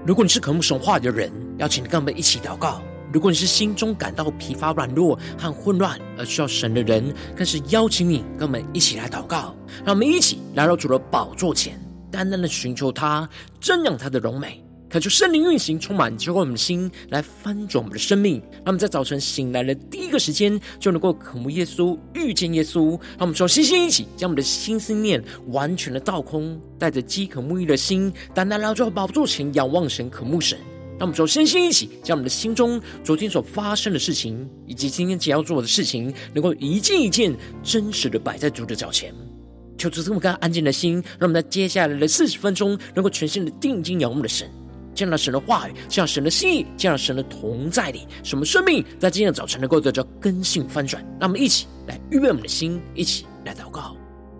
如果你是渴慕神话语的人，邀请你跟我们一起祷告。如果你是心中感到疲乏软弱和混乱而需要神的人，更是邀请你跟我们一起来祷告。让我们一起来到主的宝座前，单单的寻求他，瞻仰他的荣美，恳求圣灵运行充满浇灌我们的心，来翻转我们的生命。让我们在早晨醒来的第一个时间就能够渴慕耶稣，遇见耶稣。让我们说星星一起将我们的心思念完全的倒空，带着饥渴沐浴的心，单单来到宝座前仰望神，渴慕神。让我们说身心一起将我们的心中昨天所发生的事情，以及今天即将要做的事情，能够一件一件真实的摆在主的脚前。求主赐我们更安静的心，让我们在接下来的40分钟能够全心的定睛仰望我们的神，见到神的话语，见到神的心意，见到神的同在里，使我们生命在今天的早晨能够得到更新翻转。让我们一起来预备我们的心，一起来祷告。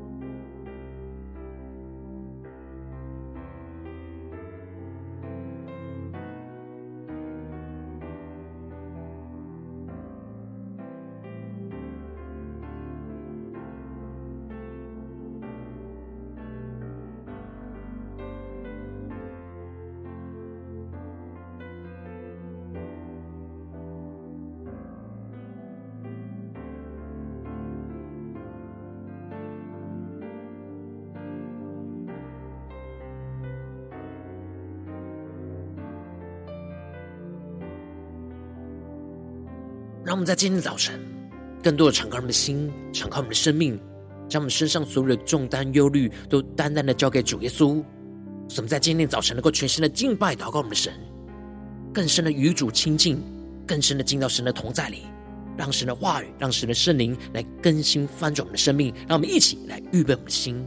让我们在今天的早晨更多的敞开我们的心，敞开我们的生命，将我们身上所有的重担忧虑都单单的交给主耶稣。使我们在今天的早晨能够全心的敬拜祷告我们的神，更深的与主亲近，更深的进到神的同在里，让神的话语，让神的圣灵来更新翻转我们的生命。让我们一起来预备我们的心。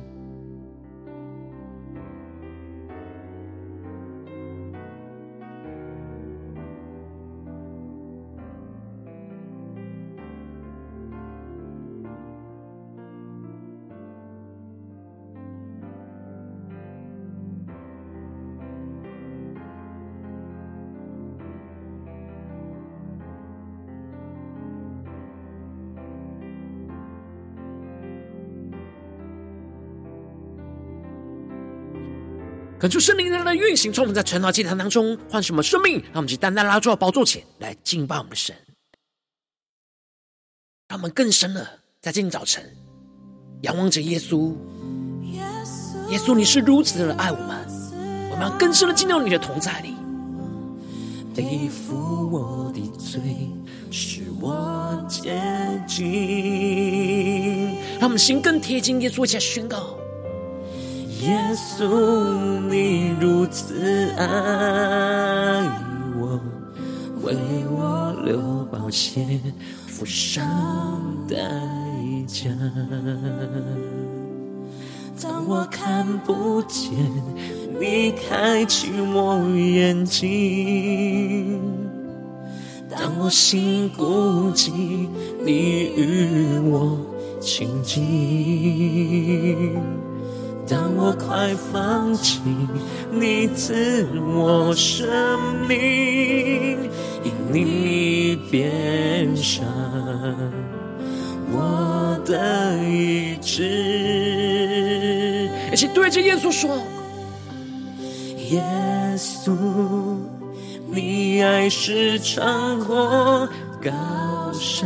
恳求圣灵的运行，从我们在晨祷祭坛当中唤醒我们生命，让我们去单单拉住宝座前来敬拜我们的神。让我们更深的在今天早晨仰望着耶稣。耶稣，你是如此的爱我们，我们要更深的进到你的同在里。背负我的罪，使我洁净。让我们心更贴近耶稣，一起来宣告：耶稣，你如此爱我，为我流宝血，付上代价。当我看不见，你开启我眼睛；当我心孤寂，你与我亲近。当我快放弃，你赐我生命，因你变上我的意志。一起对着耶稣说：耶稣，你爱是长阔高深，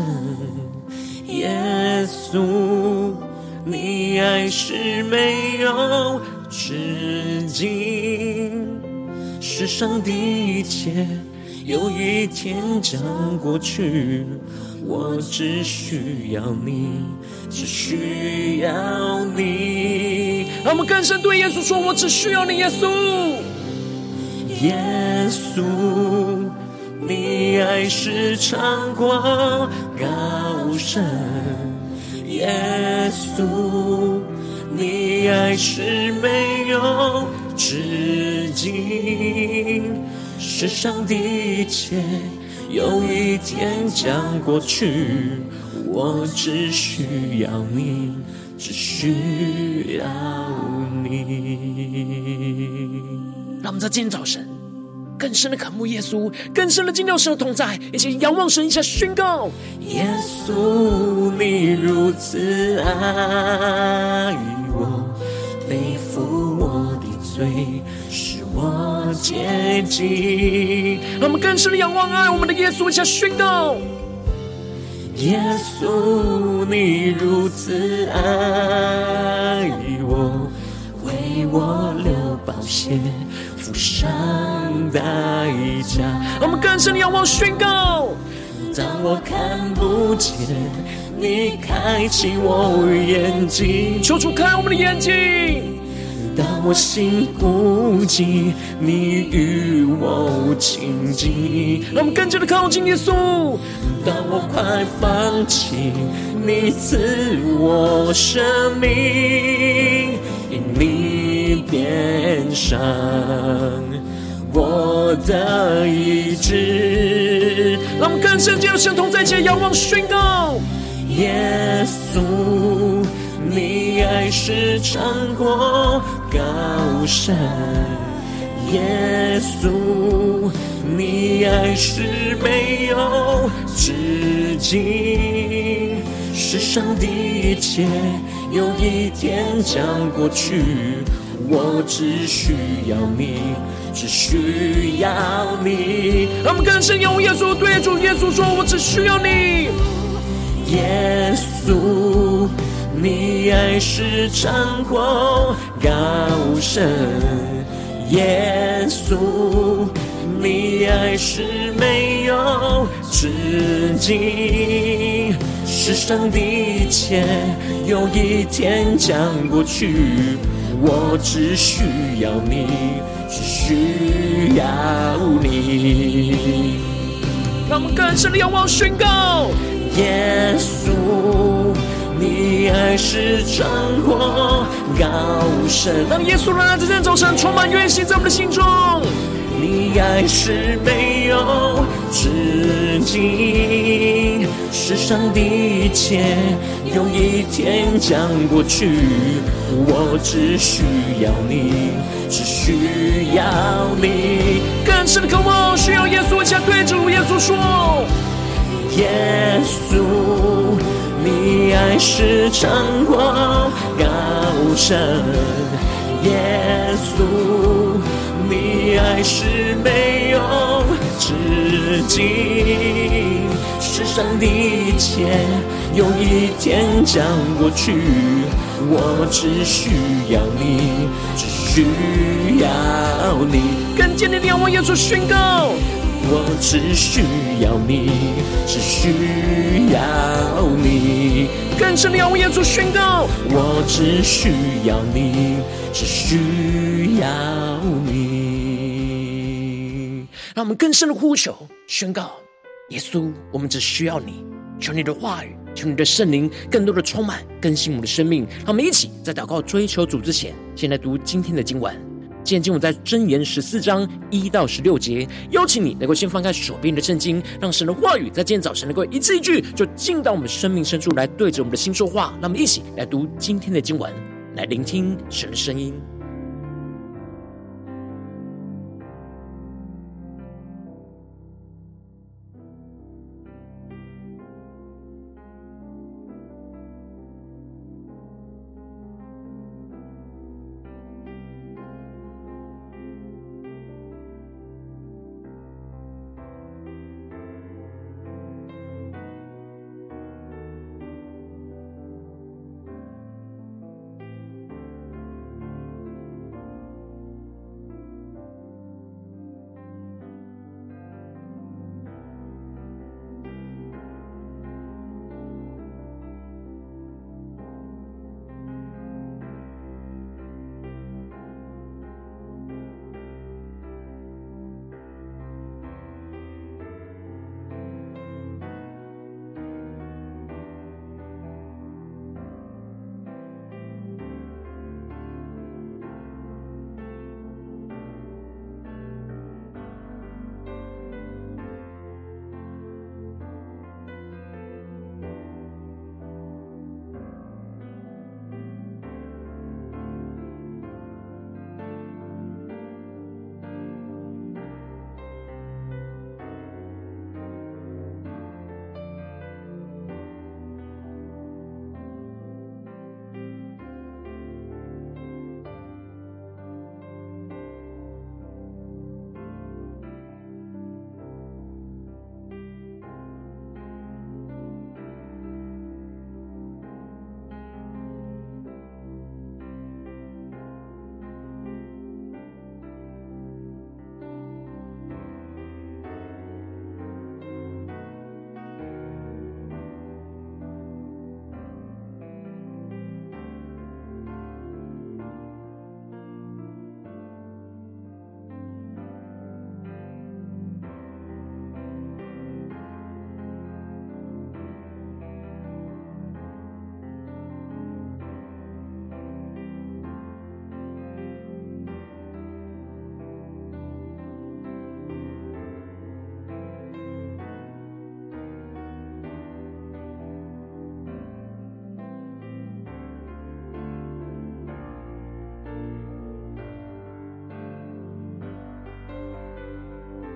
耶稣，你爱是没有止境，世上的一切有一天将过去，我只需要你，只需要你。让我们更深对耶稣说：我只需要你，耶稣。耶稣，你爱是长阔高深，耶稣，你爱是没有止境，世上的一切有一天将过去，我只需要你，只需要你。让我们在今天早晨更深的渴慕耶稣，更深的进入神的同在，一起仰望神，一起宣告：耶稣，你如此爱我，背负我的罪，使我接近。让我们更深的仰望爱我们的耶稣，一起宣告：耶稣，你如此爱我，为我流宝血，付上代价。让我们更深的仰望宣告：当我看不见，你开启我眼睛。求主开我们的眼睛。当我心孤寂，你与我亲近。让我们更加的靠近耶稣。当我快放弃，你赐我生命，因你变上我的意志。让我们更深进入神同在一起，仰望宣告：耶稣，你爱是长阔高深，耶稣，你爱是没有止境。世上的一切有一天将过去，我只需要你，只需要你。让我们更深用耶稣对主耶稣说：我只需要你。耶稣，你爱是长阔高深，耶稣，你爱是没有止境。世上的一切有一天将过去，我只需要你，只需要你。让我们更深的仰望宣告：耶稣，你爱是长阔高深。让耶稣的爱在这早晨充满运行在我们的心中。你爱是没有止境，世上的一切有一天将过去，我只需要你，只需要你。更深的渴望需要耶稣，一起对主耶稣说：耶稣，你爱是长阔高深，耶稣，你爱是没有止境。世上的一切有一天将过去，我只需要你，只需要你。更坚定地仰望耶稣宣告：我只需要你，只需要你。更深的仰望耶稣宣告：我只需要你，只需要你。让我们更深的呼求宣告：耶稣，我们只需要你，求你的话语，求你的圣灵更多的充满更新我们的生命。让我们一起在祷告追求主之前，先来读今天的经文。今天经文在箴言14章1到16节，邀请你能够先翻开手边的圣经，让神的话语在今天早晨能够一字一句就进到我们生命深处，来对着我们的心说话。让我们一起来读今天的经文，来聆听神的声音。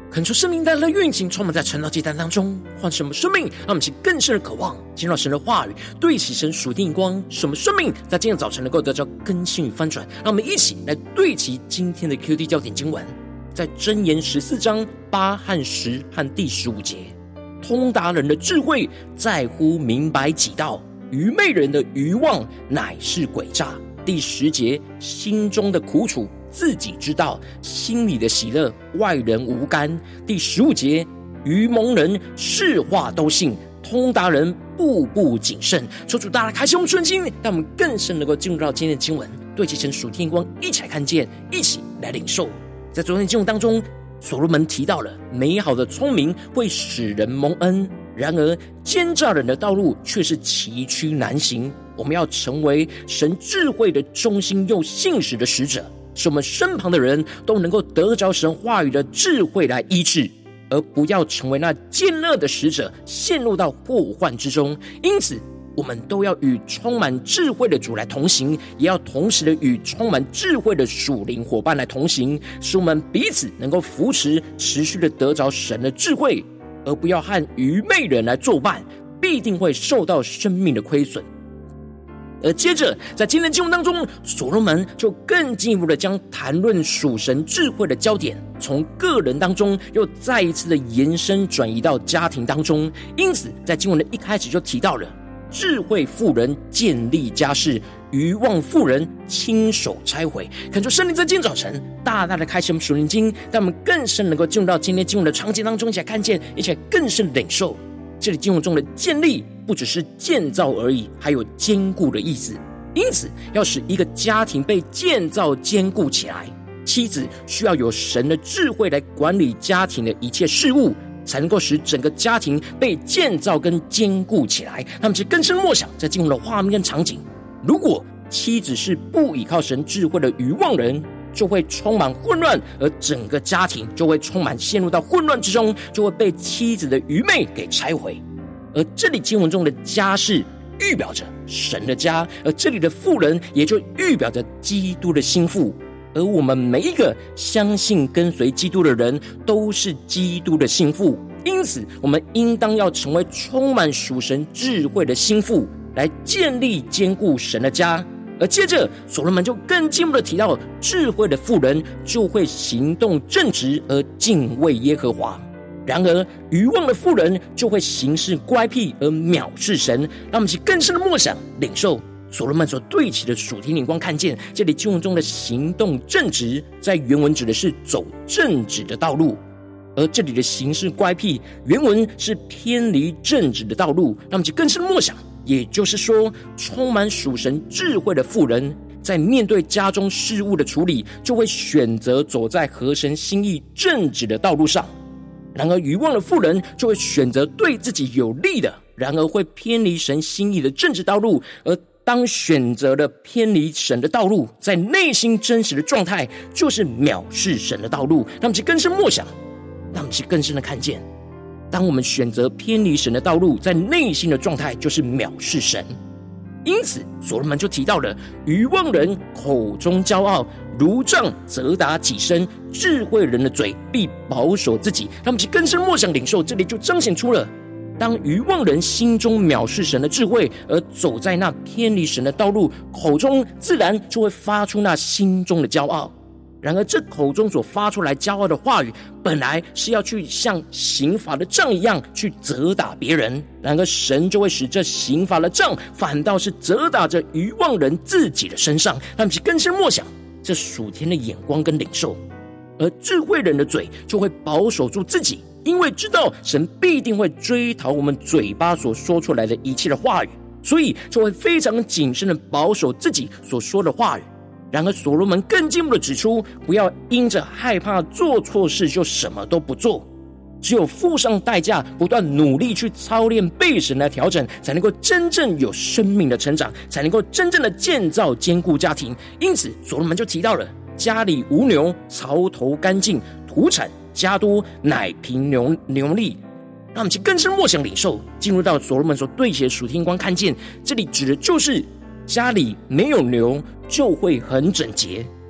恳求圣灵带来的运行充满在晨祷祭坛当中，唤什么生命，让我们起更深的渴望进入到神的话语，对齐神属天光，什么生命在今天早晨能够得到更新与翻转。让我们一起来对齐今天的 QD 焦点经文，在箴言14章8和10和第15节。通达人的智慧在乎明白己道，愚昧人的愚妄乃是诡诈。第10节，心中的苦楚自己知道，心里的喜乐外人无干。第15节，愚蒙人是话都信，通达人步步谨慎。求主大家开启我们顺心，让我们更深能够进入到今天的经文，对齐神属天光，一起来看见，一起来领受。在昨天的经文当中，所罗门提到了美好的聪明会使人蒙恩，然而奸诈人的道路却是崎岖难行。我们要成为神智慧的中心又信实的使者，使我们身旁的人都能够得着神话语的智慧来医治，而不要成为那奸恶的使者，陷入到祸患之中。因此我们都要与充满智慧的主来同行，也要同时的与充满智慧的属灵伙伴来同行，使我们彼此能够扶持，持续的得着神的智慧，而不要和愚昧人来作伴，必定会受到生命的亏损。而接着在今天的经文当中，所罗门就更进一步的将谈论属神智慧的焦点从个人当中又再一次的延伸转移到家庭当中。因此在经文的一开始就提到了智慧妇人建立家室，愚妄妇人亲手拆毁。恳求圣灵在今天早晨大大的开启我们属灵经，让我们更深能够进入到今天经文的场景当中，一起来看见，一起来更深的领受。这里经文中的建立不只是建造而已，还有坚固的意思。因此要使一个家庭被建造坚固起来，妻子需要有神的智慧来管理家庭的一切事物，才能够使整个家庭被建造跟坚固起来。那么是更深默想在经文的画面跟场景，如果妻子是不依靠神智慧的愚妄人，就会充满混乱，而整个家庭就会充满陷入到混乱之中，就会被妻子的愚昧给拆毁。而这里经文中的家是预表着神的家，而这里的妇人也就预表着基督的心腹。而我们每一个相信跟随基督的人都是基督的心腹，因此我们应当要成为充满属神智慧的心腹，来建立坚固神的家。而接着所罗门就更进一步的提到，智慧的妇人就会行动正直而敬畏耶和华，然而愚妄的妇人就会行事乖僻而藐视神。让我们去更深的默想领受所罗门所对齐的属天灵光，看见这里经文中的行动正直在原文指的是走正直的道路，而这里的行事乖僻原文是偏离正直的道路。让我们去更深的默想，也就是说，充满属神智慧的妇人在面对家中事务的处理，就会选择走在合神心意正直的道路上。然而愚妄的妇人就会选择对自己有利的，然而会偏离神心意的正直道路。而当选择了偏离神的道路，在内心真实的状态就是藐视神的道路。让我们去更深默想，让我们去更深的看见，当我们选择偏离神的道路，在内心的状态就是藐视神。因此所罗门就提到了愚妄人口中骄傲，如杖责打己身，智慧人的嘴必保守自己。让我们去更深默想领受，这里就彰显出了当愚妄人心中藐视神的智慧，而走在那偏离神的道路，口中自然就会发出那心中的骄傲。然而这口中所发出来骄傲的话语，本来是要去像刑罚的杖一样去责打别人，然而神就会使这刑罚的杖反倒是责打着愚妄人自己的身上。让我们去更深默想这属天的眼光跟领受。而智慧人的嘴就会保守住自己，因为知道神必定会追讨我们嘴巴所说出来的一切的话语，所以就会非常谨慎的保守自己所说的话语。然而所罗门更进一步的指出，不要因着害怕做错事就什么都不做，只有付上代价，不断努力去操练被神来调整，才能够真正有生命的成长，才能够真正的建造坚固家庭。因此所罗门就提到了家里无牛，槽头干净，土产加多，奶瓶牛力。让我们去更深默想领受，进入到所罗门所对齐的属天光，看见这里指的就是家里没有牛就会很整洁，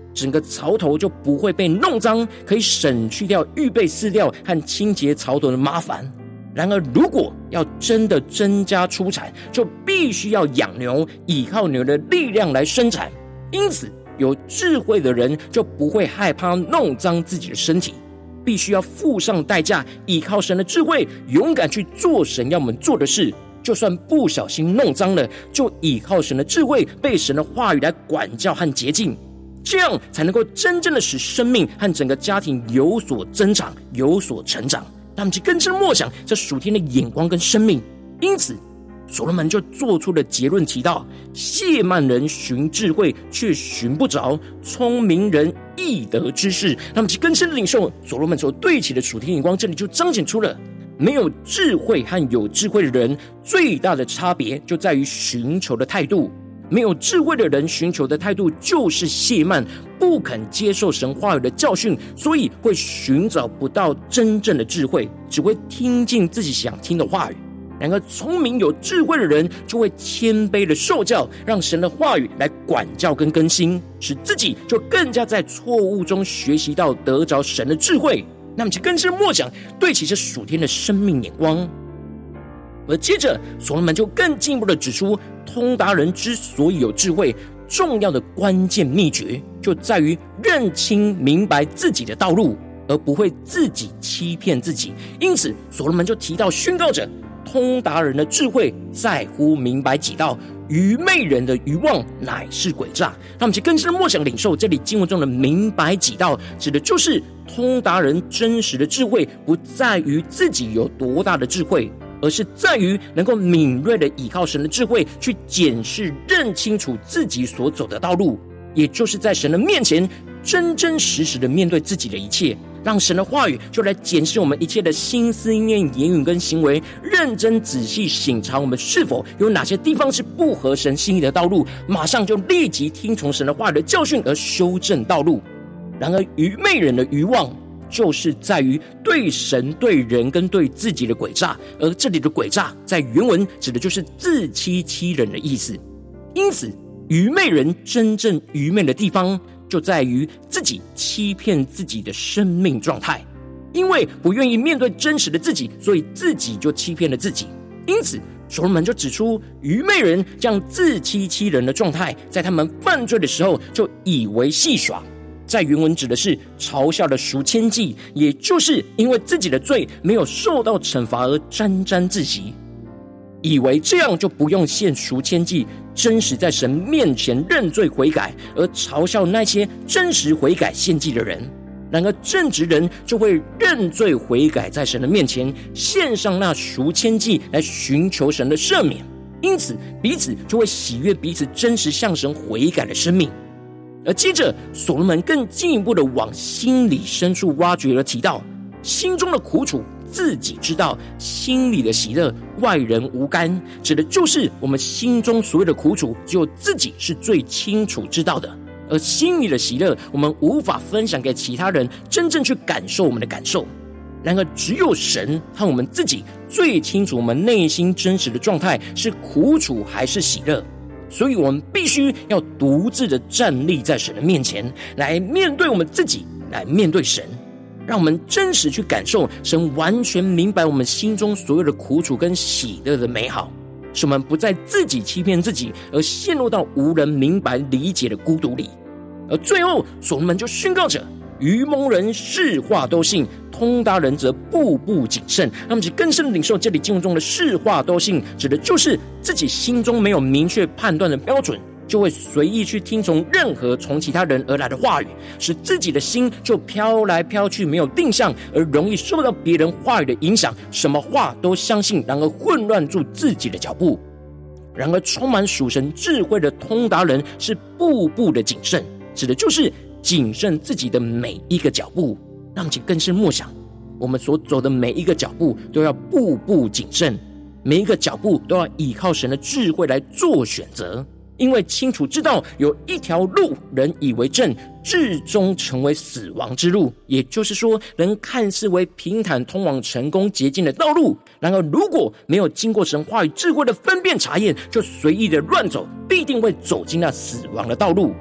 整个槽头就不会被弄脏，可以省去掉预备饲料和清洁槽头的麻烦。然而如果要真的增加出产，就必须要养牛，依靠牛的力量来生产。因此有智慧的人就不会害怕弄脏自己的身体，必须要付上代价，依靠神的智慧，勇敢去做神要我们做的事。就算不小心弄脏了，就依靠神的智慧，被神的话语来管教和洁净，这样才能够真正的使生命和整个家庭有所增长，有所成长。他们就更深默想这属天的眼光跟生命。因此所罗门就做出了结论，提到谢曼人寻智慧却寻不着，聪明人易得知识。他们就更深的领受所罗门所对齐的属天眼光。这里就彰显出了没有智慧和有智慧的人最大的差别就在于寻求的态度。没有智慧的人寻求的态度就是懈慢，不肯接受神话语的教训，所以会寻找不到真正的智慧，只会听进自己想听的话语。然而聪明有智慧的人就会谦卑的受教，让神的话语来管教跟更新，使自己就更加在错误中学习到得着神的智慧。那么就更深默想对齐这属天的生命眼光。而接着所罗门就更进一步的指出，通达人之所以有智慧，重要的关键秘诀就在于认清明白自己的道路，而不会自己欺骗自己。因此所罗门就提到宣告着，通达人的智慧在乎明白己道，愚昧人的愚妄乃是诡诈。那么就更深默想领受这里经文中的明白己道，指的就是通达人真实的智慧不在于自己有多大的智慧，而是在于能够敏锐的依靠神的智慧去检视认清楚自己所走的道路，也就是在神的面前真真实实的面对自己的一切，让神的话语就来检视我们一切的心思念言语跟行为，认真仔细省察我们是否有哪些地方是不合神心意的道路，马上就立即听从神的话语的教训而修正道路。然而愚昧人的愚妄就是在于对神对人跟对自己的诡诈，而这里的诡诈在原文指的就是自欺欺人的意思。因此愚昧人真正愚昧的地方就在于自己欺骗自己的生命状态，因为不愿意面对真实的自己，所以自己就欺骗了自己。因此所罗门就指出，愚昧人这样自欺欺人的状态，在他们犯罪的时候就以为戏耍，在原文指的是嘲笑的赎愆祭，也就是因为自己的罪没有受到惩罚而沾沾自喜，以为这样就不用献赎愆祭，真实在神面前认罪悔改，而嘲笑那些真实悔改献祭的人。然而正直人就会认罪悔改，在神的面前献上那赎愆祭来寻求神的赦免，因此彼此就会喜悦彼此真实向神悔改的生命。而接着所罗门更进一步的往心里深处挖掘，而提到心中的苦楚自己知道，心里的喜乐外人无干，指的就是我们心中所有的苦楚只有自己是最清楚知道的，而心里的喜乐我们无法分享给其他人真正去感受我们的感受。然而只有神和我们自己最清楚我们内心真实的状态是苦楚还是喜乐，所以我们必须要独自的站立在神的面前，来面对我们自己，来面对神，让我们真实去感受神完全明白我们心中所有的苦楚跟喜乐的美好，使我们不再自己欺骗自己，而陷入到无人明白理解的孤独里。而最后所罗门就宣告着，愚蒙人是话都信，通达人则步步谨慎。那么就更深的领受这里经文中的是话都信，指的就是自己心中没有明确判断的标准，就会随意去听从任何从其他人而来的话语，使自己的心就飘来飘去，没有定向，而容易受到别人话语的影响，什么话都相信，然而混乱住自己的脚步。然而充满属神智慧的通达人是步步的谨慎，指的就是谨慎自己的每一个脚步。让我们更深默想，我们所走的每一个脚步都要步步谨慎，每一个脚步都要依靠神的智慧来做选择，因为清楚知道有一条路人以为正，至终成为死亡之路。也就是说，人看似为平坦通往成功捷径的道路，然而如果没有经过神话语智慧的分辨查验，就随意的乱走，必定会走进那死亡的道路。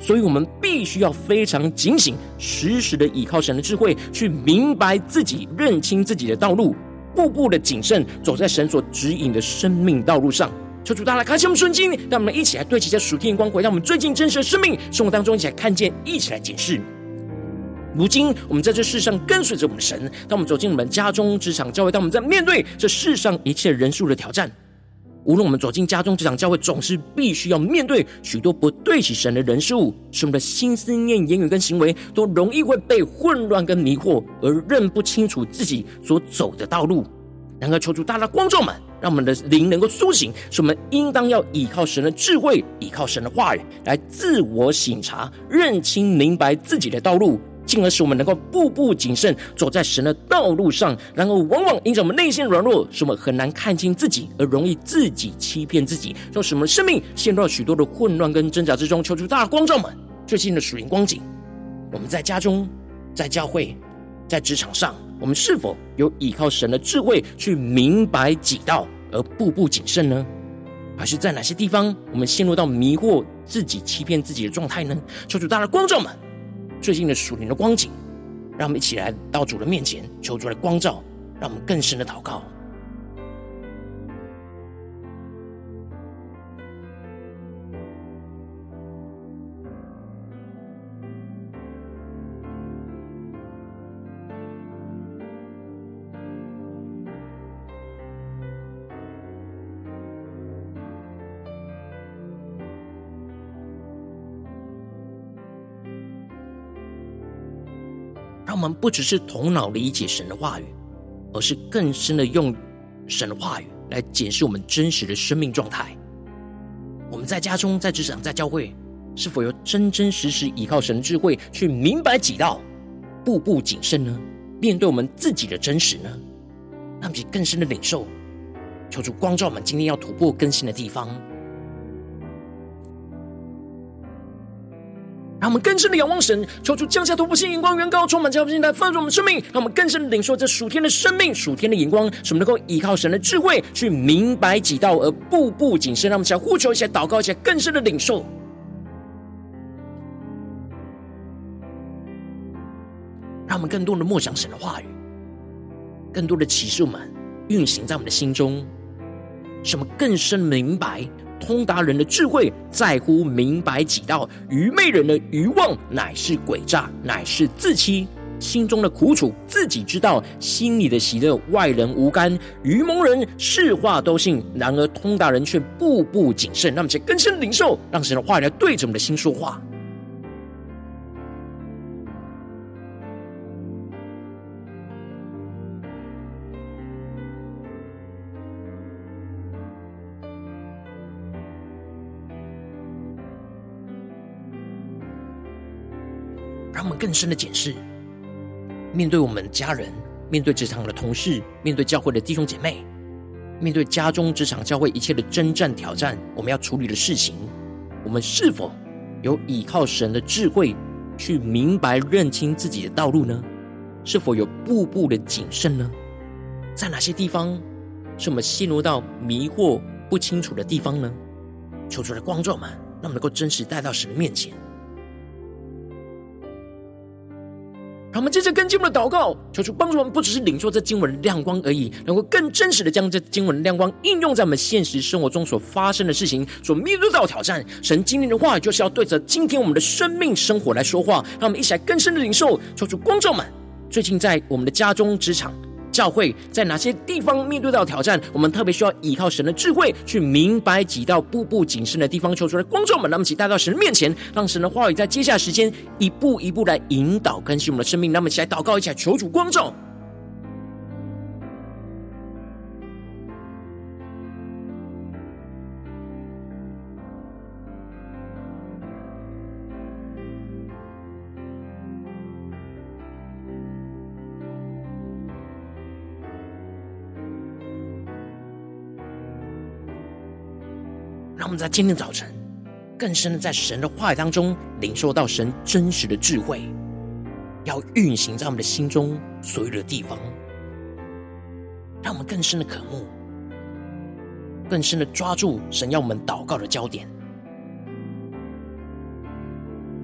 所以我们必须要非常警醒，时时的依靠神的智慧，去明白自己，认清自己的道路，步步的谨慎，走在神所指引的生命道路上。求主大家开启我们顺境，让我们一起来对齐这属天的光，回到我们最近真实的生命生活当中，一起来看见，一起来检视。如今我们在这世上跟随着我们的神，当我们走进我们家中、职场、教会，当我们在面对这世上一切人数的挑战，无论我们走进家中、职场、教会，总是必须要面对许多不对齐神的人事物，使我们的心思念、言语跟行为都容易会被混乱跟迷惑，而认不清楚自己所走的道路。然而求主大大光照们，让我们的灵能够苏醒，使我们应当要依靠神的智慧，依靠神的话语，来自我省察，认清明白自己的道路，进而使我们能够步步谨慎，走在神的道路上。然而往往因着我们内心软弱，使我们很难看清自己，而容易自己欺骗自己，让使我们的生命陷入了许多的混乱跟挣扎之中。求主大大光照们最近的属灵光景，我们在家中、在教会、在职场上，我们是否有依靠神的智慧去明白己道而步步谨慎呢？还是在哪些地方我们陷入到迷惑自己、欺骗自己的状态呢？求主大大光照们最近的属灵的光景，让我们一起来到主的面前，求主的光照，让我们更深的祷告。让我们不只是头脑理解神的话语，而是更深的用神的话语来检视我们真实的生命状态。我们在家中、在职场、在教会，是否有真真实实依靠神的智慧去明白己道，步步谨慎呢？面对我们自己的真实呢？让我们更深的领受，求主光照我们今天要突破更新的地方。让我们更深的仰望神，求主降下突破性眼光，远高充满教会心来丰盛我们生命。让我们更深的领受这属天的生命、属天的眼光，使我们能够依靠神的智慧去明白己道，而步步谨慎。让我们一起来呼求，一起来祷告，一起来更深的领受。让我们更多的默想神的话语，更多的启示我们运行在我们的心中，使我们更深明白通达人的智慧在乎明白己道，愚昧人的愚妄乃是诡诈，乃是自欺。心中的苦楚自己知道，心里的喜乐外人无干。愚蒙人是话都信，然而通达人却步步谨慎。让我们更深领受，让神的话语来对着我们的心说话。让我们更深的检视，面对我们家人，面对职场的同事，面对教会的弟兄姐妹，面对家中、职场、教会一切的征战挑战，我们要处理的事情，我们是否有依靠神的智慧去明白认清自己的道路呢？是否有步步的谨慎呢？在哪些地方是我们陷入到迷惑不清楚的地方呢？求主的光照们，让我们能够真实带到神的面前。让我们接着跟经文的祷告，求主帮助我们，不只是领受这经文的亮光而已，能够更真实的将这经文的亮光应用在我们现实生活中所发生的事情，所面对到的挑战。神今天的话语就是要对着今天我们的生命生活来说话，让我们一起来更深的领受。求主光照们，最近在我们的家中、职场、教会，在哪些地方面对到挑战，我们特别需要依靠神的智慧去明白几道步步谨慎的地方。求主的光照们，让我们一起带到神的面前，让神的话语在接下来时间一步一步来引导更新我们的生命。让我们一起来祷告，一起来求主光照。让我们在今天早晨更深的在神的话语当中领受到神真实的智慧，要运行在我们的心中所有的地方，让我们更深的渴慕，更深的抓住神要我们祷告的焦点。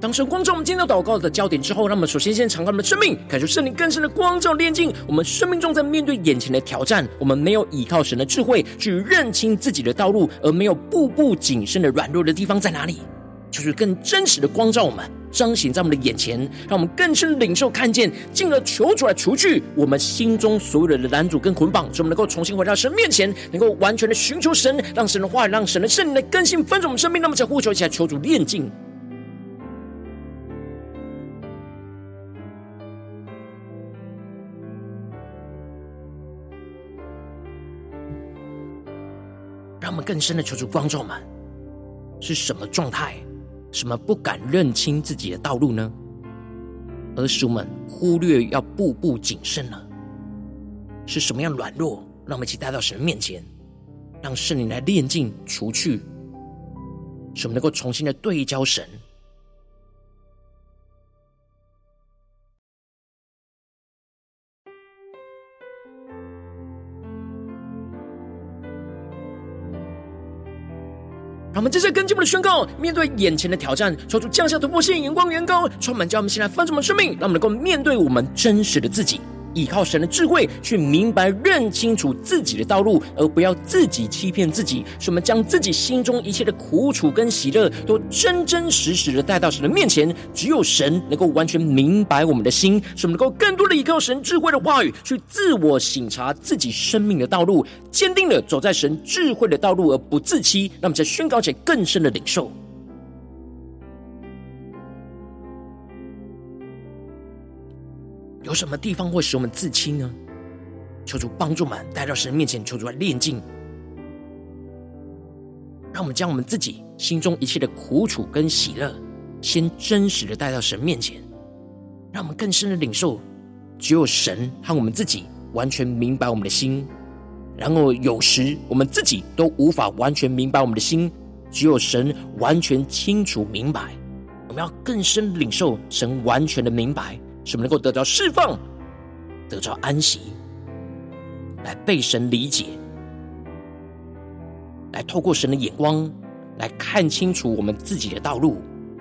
当神光照我们今天祷告的焦点之后，让我们首先敞开我们的生命，感受圣灵更深的光照炼净我们生命中在面对眼前的挑战，我们没有依靠神的智慧去认清自己的道路，而没有步步谨慎的软弱的地方在哪里，就是更真实的光照我们，彰显在我们的眼前，让我们更深领受看见，进而求主来除去我们心中所有的拦阻跟捆绑，使我们能够重新回到神面前，能够完全的寻求神，让神的话语，让神的圣灵来更新翻转我们生命。那么，在呼求一起来求主炼净。让我们更深的求主光照们，是什么状态，什么不敢认清自己的道路呢？而使我们忽略要步步谨慎呢？是什么样软弱，让我们一起带到神面前，让圣灵来炼净除去，使我们能够重新的对焦神。让我们接着跟进我们的宣告，面对眼前的挑战，求主降下突破性眼光远高，充满叫我们先来翻转我们生命，让我们能够面对我们真实的自己，依靠神的智慧去明白认清楚自己的道路，而不要自己欺骗自己，使我们将自己心中一切的苦楚跟喜乐都真真实实的带到神的面前。只有神能够完全明白我们的心，使我们能够更多的依靠神智慧的话语，去自我省察自己生命的道路，坚定的走在神智慧的道路，而不自欺。让我们在宣告前更深的领受。有什么地方会使我们自欺呢？求主帮助我们带到神面前，求主来炼净，让我们将我们自己心中一切的苦楚跟喜乐，先真实的带到神面前，让我们更深的领受，只有神和我们自己完全明白我们的心。然而有时我们自己都无法完全明白我们的心，只有神完全清楚明白。我们要更深领受神完全的明白，使我们能够得到释放，得到安息，来被神理解，来透过神的眼光来看清楚我们自己的道路，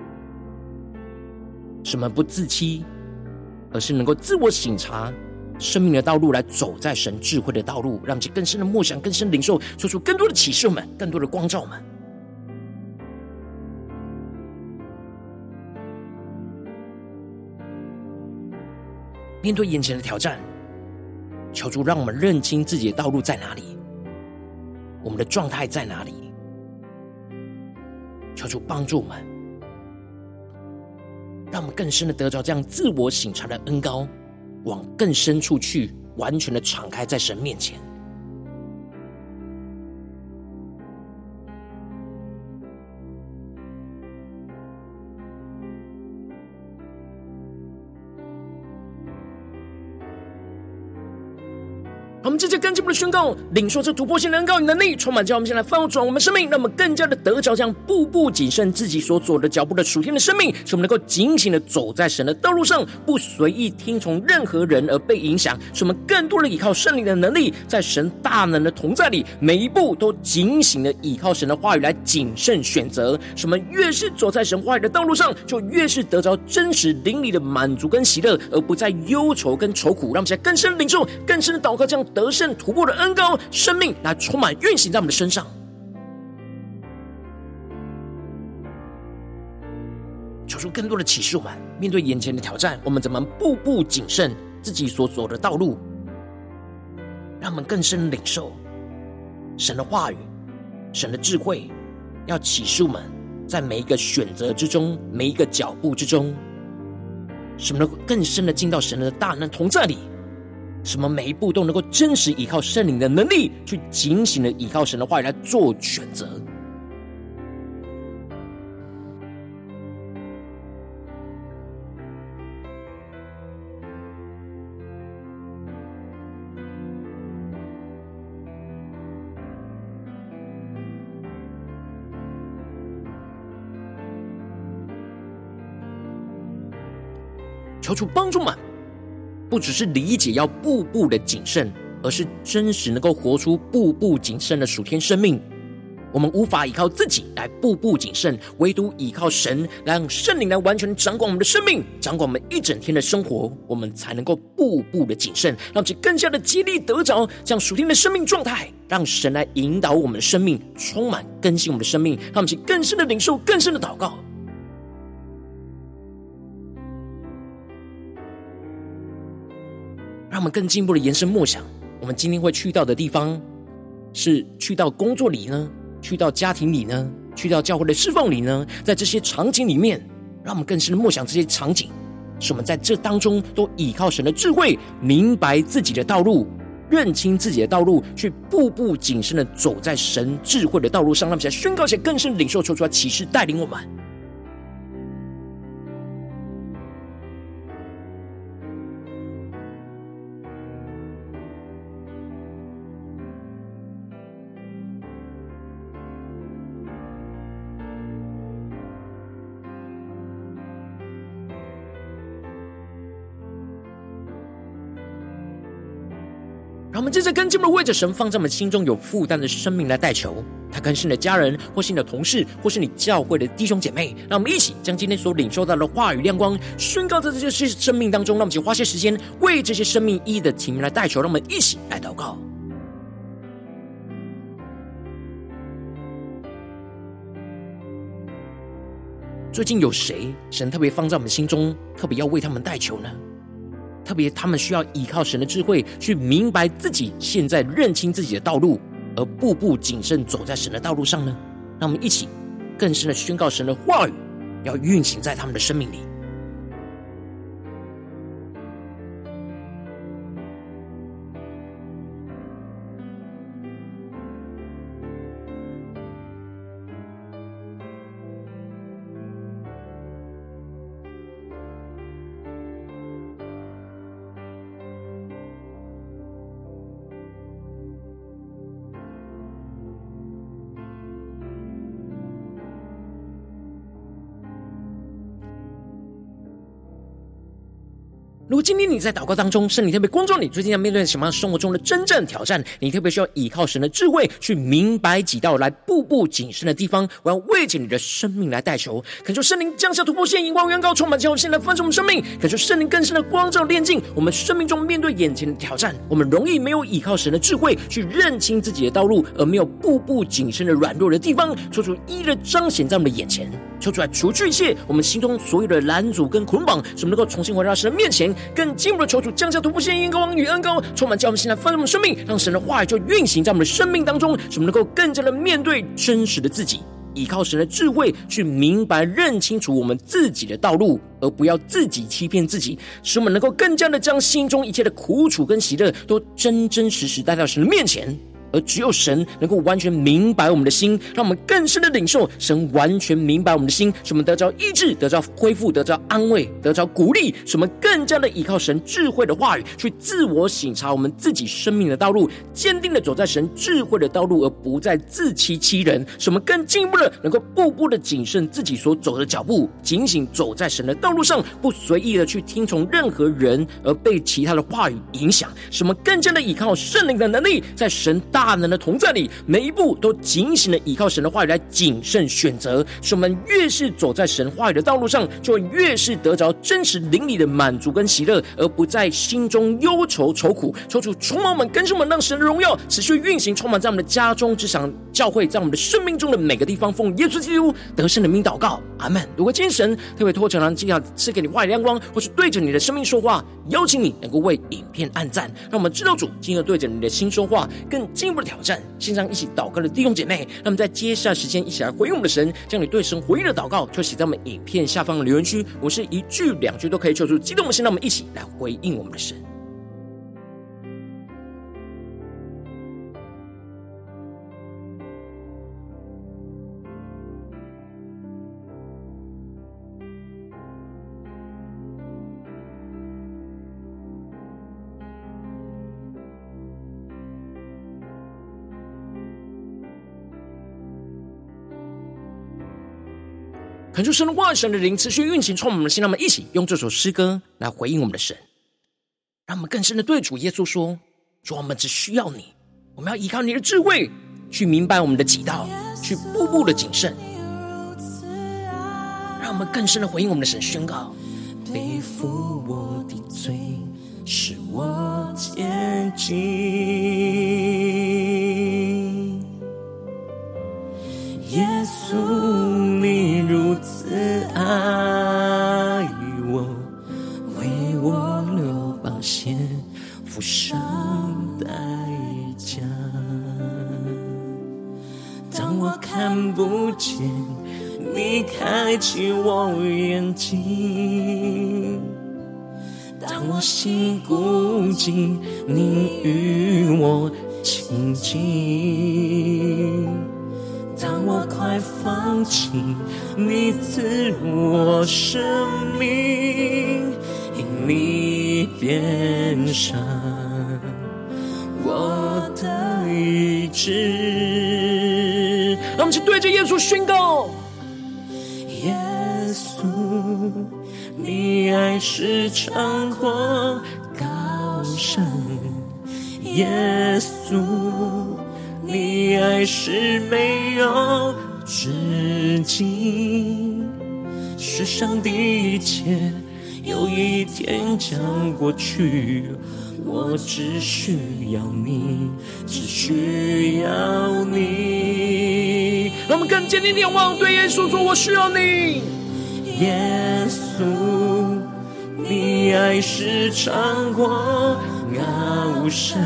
使我们不自欺，而是能够自我省察生命的道路，来走在神智慧的道路。让我们更深的默想，更深的领受，说出更多的启示我们，更多的光照我们。面对眼前的挑战，求主让我们认清自己的道路在哪里，我们的状态在哪里。求主帮助我们，让我们更深的得着这样自我省察的恩膏，往更深处去，完全的敞开在神面前。我们接着跟进我们的宣告，领受这突破性的恩膏与能力，充满叫我们先来翻转我们生命，让我们更加的得着这样步步谨慎自己所走的脚步的属天的生命，使我们能够警醒的走在神的道路上，不随意听从任何人而被影响，使我们更多的依靠圣灵的能力，在神大能的同在里，每一步都警醒的依靠神的话语来谨慎选择，使我们越是走在神话语的道路上，就越是得着真实灵里的满足跟喜乐，而不再忧愁跟愁苦。让我们现在更深领受，更深的祷告，这样得胜突破的恩膏生命来充满运行在我们的身上。求出更多的启示我们，面对眼前的挑战，我们怎么步步谨慎自己所走的道路，让我们更深领受神的话语，神的智慧要启示我们在每一个选择之中，每一个脚步之中，使我们能够更深的进到神的大能同在里，使我们每一步都能够真实依靠圣灵的能力，去警醒的依靠神的话语来做选择。求主帮助们，不只是理解要步步的谨慎，而是真实能够活出步步谨慎的属天生命， 我们无法依靠自己来步步谨慎，唯独依靠神，让圣灵来完全掌管我们的生命，掌管我们一整天的生活，我们才能够步步的谨慎，让其更加的激励得着这样属天的生命状态，让神来引导我们的生命，充满更新我们的生命，让我们去更深的领受，更深的祷告。让我们更进一步的延伸默想，我们今天会去到的地方，是去到工作里呢，去到家庭里呢，去到教会的侍奉里呢，在这些场景里面，让我们更深的默想这些场景，使我们在这当中都倚靠神的智慧，明白自己的道路，认清自己的道路，去步步谨慎的走在神智慧的道路上。让我们来宣告，且更深的领受，求主来启示带领我们。让我们接着更进一步为着神放在我们心中有负担的生命来代求，他可能是你的家人，或是你的同事，或是你教会的弟兄姐妹。让我们一起将今天所领受到的话语亮光宣告在这些生命当中，让我们一起花些时间为这些生命一一的提名来代求。让我们一起来祷告。最近有谁神特别放在我们心中，特别要为他们代求呢？特别他们需要依靠神的智慧，去明白自己现在认清自己的道路，而步步谨慎走在神的道路上呢？让我们一起更深的宣告神的话语要运行在他们的生命里。如果今天你在祷告当中，圣灵特别光照你最近要面对什么样生活中的真正挑战，你特别需要依靠神的智慧去明白己道，来步步谨慎的地方，我要为着你的生命来代求。恳求圣灵降下突破线，荧光原膏充满教会，现在丰盛我们生命。恳求圣灵更深的光照炼净我们生命中面对眼前的挑战，我们容易没有依靠神的智慧去认清自己的道路，而没有步步谨慎的软弱的地方，求主一一的彰显在我们的眼前，求主来除去一切我们心中所有的拦阻跟捆绑，使我们能够重新回到神的面前，更进一步的求主降下突破线，恩膏与恩膏充满叫我们现在丰盛我们生命，让神的话语就运行在我们的生命当中，使我们能够更加的面对真实的自己，依靠神的智慧去明白认清楚我们自己的道路，而不要自己欺骗自己，使我们能够更加的将心中一切的苦楚跟喜乐都真真实实带到神的面前，而只有神能够完全明白我们的心，让我们更深的领受神完全明白我们的心，使我们得着医治，得着恢复，得着安慰，得着鼓励，使我们更加的依靠神智慧的话语去自我省察我们自己生命的道路，坚定的走在神智慧的道路，而不再自欺欺人，使我们更进一步的能够步步的谨慎自己所走的脚步，警醒走在神的道路上，不随意的去听从任何人而被其他的话语影响，使我们更加的依靠圣灵的能力，在神大能的同在里，每一步都警醒的依靠神的话语来谨慎选择，使我们越是走在神话语的道路上，就会越是得着真实灵里的满足跟喜乐，而不在心中忧愁愁苦。求主充满我们，更新我们，让神的荣耀持续运行，充满在我们的家中、职场、教会，在我们的生命中的每个地方。奉耶稣基督得胜的名祷告，阿们。如果今天神特别透过这堂经文赐给你话语亮光，或是对着你的生命说话，邀请你能够为影片按赞，让我们知道主进而对着你的心说话，更进一步的挑战线上一起祷告的弟兄姐妹，让我们在接下来时间一起来回应我们的神，将你对神回应的祷告就写在我们影片下方的留言区，我是一句两句都可以求出激动的心，让我们一起来回应我们的神。恳求神的话语、神的灵持续运行，充满我们的心，让我们一起用这首诗歌来回应我们的神，让我们更深的对主耶稣说：主，我们只需要你，我们要依靠你的智慧去明白我们的己道，去步步的谨慎。让我们更深的回应我们的神，宣告：背负我的罪，使我洁净。耶稣，你如此爱我，为我流宝血，付上代价。当我看不见，你开启我眼睛；当我心孤寂，你与我亲近；当我快放弃，你赐我生命，因你变上我的意志。让我们去对着耶稣宣告：耶稣，你爱是长阔高深；耶稣，你爱是没有止境。世上的一切有一天将过去，我只需要你，只需要你。让我们更坚定地望对耶稣说：我需要你。耶稣，你爱是长阔高深；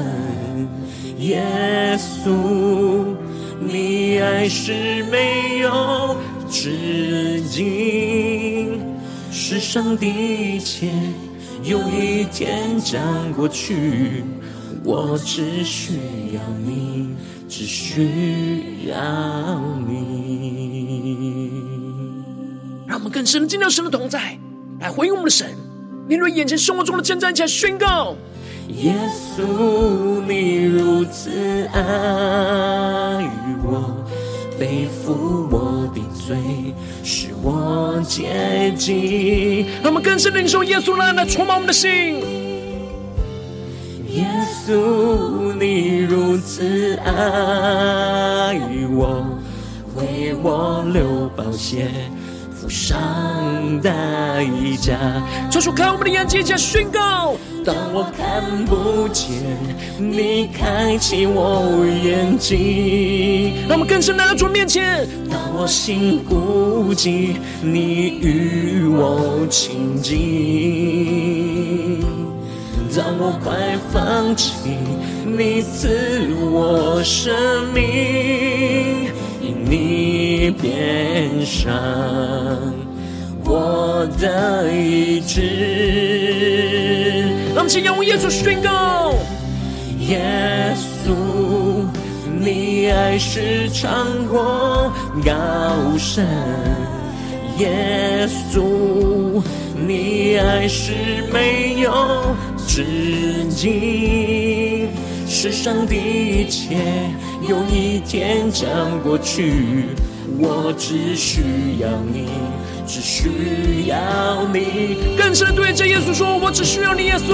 耶稣，你爱是没有止境。世上的一切有一天将过去，我只需要你，只需要你。让我们更深的进到神的同在，来回应我们的神，面对眼前生活中的征战，一起来宣告：耶稣，你如此爱我，背负我的罪，使我洁净。让我们更深的领受耶稣来充满我们的心。耶稣，你如此爱我，为我流宝血，付上代价。求主看我们的眼睛，一起来宣告：当我看不见，你开启我眼睛。让我们更深来到主面前。当我心孤寂，你与我亲近；当我快放弃，你赐我生命，因你变上我的意志。让我们请仰望耶稣宣告：耶稣，你爱是长阔高深；耶稣，你爱是没有止境。世上的一切有一天将过去，我只需要你，只需要你。更深对着耶稣说：我只需要你，耶稣。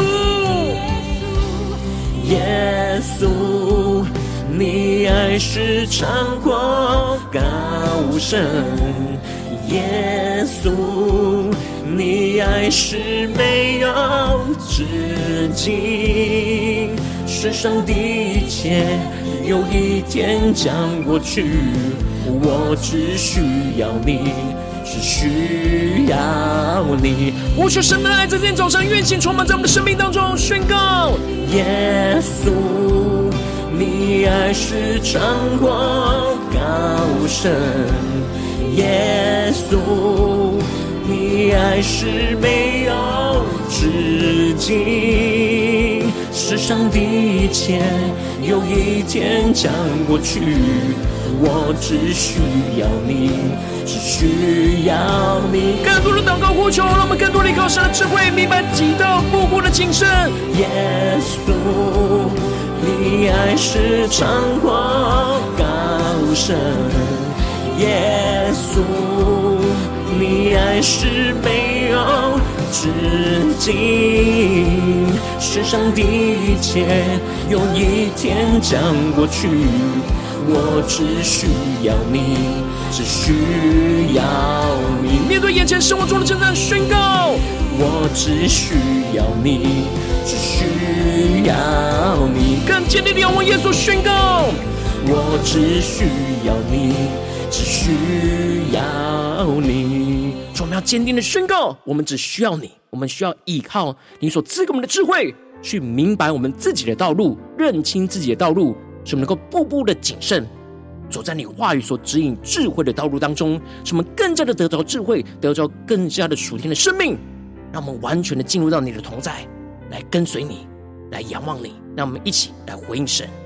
耶稣，你爱是长阔高深；耶稣，你爱是没有止境。世上的一切有一天将过去，我只需要你，只需要你。我求神的爱在今天早上运行充满在我们的生命当中，宣告：耶稣，你爱是长阔高深；耶稣，你爱是没有止境。世上的一切有一天将过去，我只需要你，只需要你。更多的祷告呼求，让我们更多的依靠神的智慧，明白己道步步的谨慎。耶稣，你爱是长阔高深；耶稣，你爱是没有止境。世上的一切有一天将过去， 我只需要你，只需要你。面对眼前生活中的征战，宣告：我只需要你，只需要你。更坚定的仰望耶稣，宣告：我只需要你，只需要你。我们要坚定的宣告，我们只需要你，我们需要依靠你所赐给我们的智慧，去明白我们自己的道路，认清自己的道路，使我们能够步步的谨慎，走在你话语所指引智慧的道路当中，使我们更加的得着智慧，得着更加的属天的生命，让我们完全的进入到你的同在，来跟随你，来仰望你。让我们一起来回应神。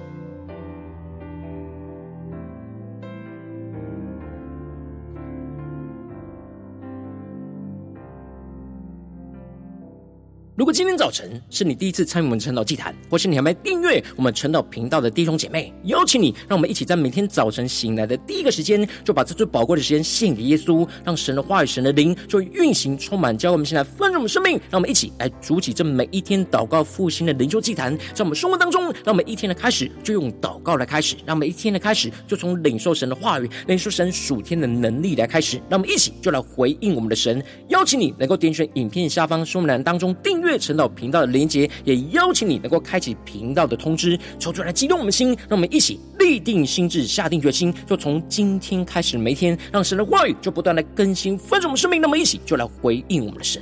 如果今天早晨是你第一次参与我们晨祷祭坛，或是你还没订阅我们晨祷频道的弟兄姐妹，邀请你，让我们一起在每天早晨醒来的第一个时间，就把这最宝贵的时间献给耶稣，让神的话语、神的灵就运行充满，教会我们现在丰盛我们生命。让我们一起来筑起这每一天祷告复兴的灵修祭坛，在我们生活当中，让我们一天的开始就用祷告来开始，让我们一天的开始就从领受神的话语、领受神属天的能力来开始。让我们一起就来回应我们的神。邀请你能够点选影片下方说明栏当中订阅晨祷频道的连结，也邀请你能够开启频道的通知，求主来激动我们的心，让我们一起立定心志，下定决心，就从今天开始每一天，让神的话语就不断来更新丰盛我们生命。那么一起就来回应我们的神。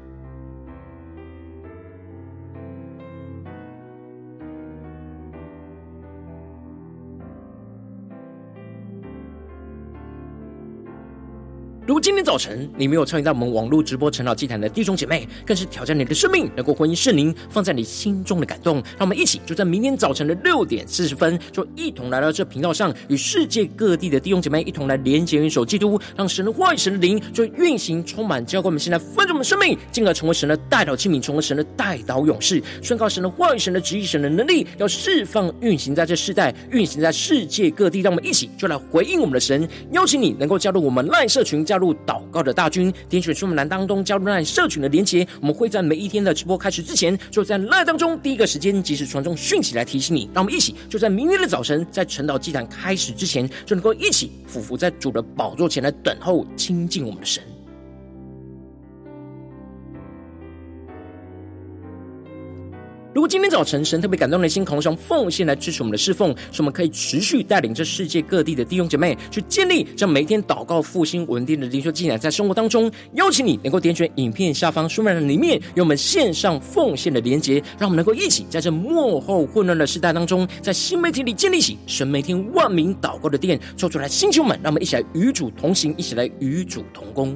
如果今天早晨你没有参与到我们网络直播晨祷祭坛的弟兄姐妹，更是挑战你的生命，能够回应圣灵放在你心中的感动。让我们一起就在明天早晨的6:40，就一同来到这频道上，与世界各地的弟兄姐妹一同来连结、元首基督，让神的话语、神的灵就运行充满，教灌我们现在丰盛我们生命，进而成为神的代祷器皿，成为神的代祷勇士，宣告神的话语、神的旨意、神的能力要释放运行在这世代，运行在世界各地。让我们一起就来回应我们的神。邀请你能够加入我们 LINE 社群，加入祷告的大军，点选说明栏当中加入 LINE 社群的连结。我们会在每一天的直播开始之前，就在 LINE 当中第一个时间及时传送讯息来提醒你。让我们一起就在明天的早晨，在晨祷祭坛开始之前，就能够一起俯伏在主的宝座前来等候亲近我们的神。如果今天早晨神特别感动的心，渴望用奉献来支持我们的侍奉，使我们可以持续带领这世界各地的弟兄姐妹去建立这每天祷告复兴稳定的灵修祭坛，在生活当中。邀请你能够点选影片下方说明栏里面有我们线上奉献的连结，让我们能够一起在这末后混乱的时代当中，在新媒体里建立起神每天万名祷告的殿，抽出来星球们，让我们一起来与主同行，一起来与主同工。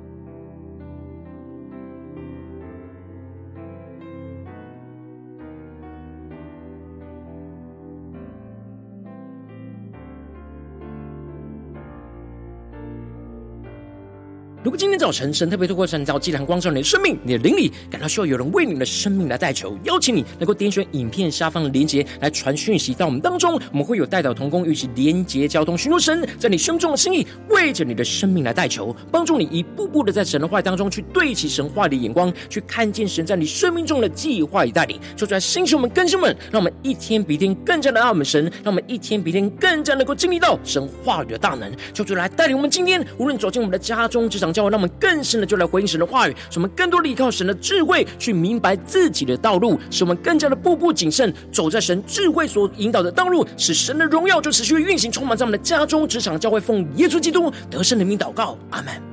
如果今天早晨神特别透过晨祷祭坛光照你的生命，你的灵里感到需要有人为你的生命来代求，邀请你能够点选影片下方的连结来传讯息到我们当中。我们会有代祷同工，与其连结交通，寻求神在你生命中的心意，为着你的生命来代求，帮助你一步步的在神的话语当中去对齐神话语的眼光，去看见神在你生命中的计划与带领。就在星球们、更新们，让我们一天比一天更加的爱我们神，让我们一天比一天更加能够经历到神话语的大能。求主来带领我们今天无论走进我们的家中、职场、教会，让我们更深的就来回应神的话语，使我们更多的依靠神的智慧去明白自己的道路，使我们更加的步步谨慎，走在神智慧所引导的道路，使神的荣耀就持续运行充满在我们的家中、职场、教会。奉耶稣基督得胜的名祷告，阿们。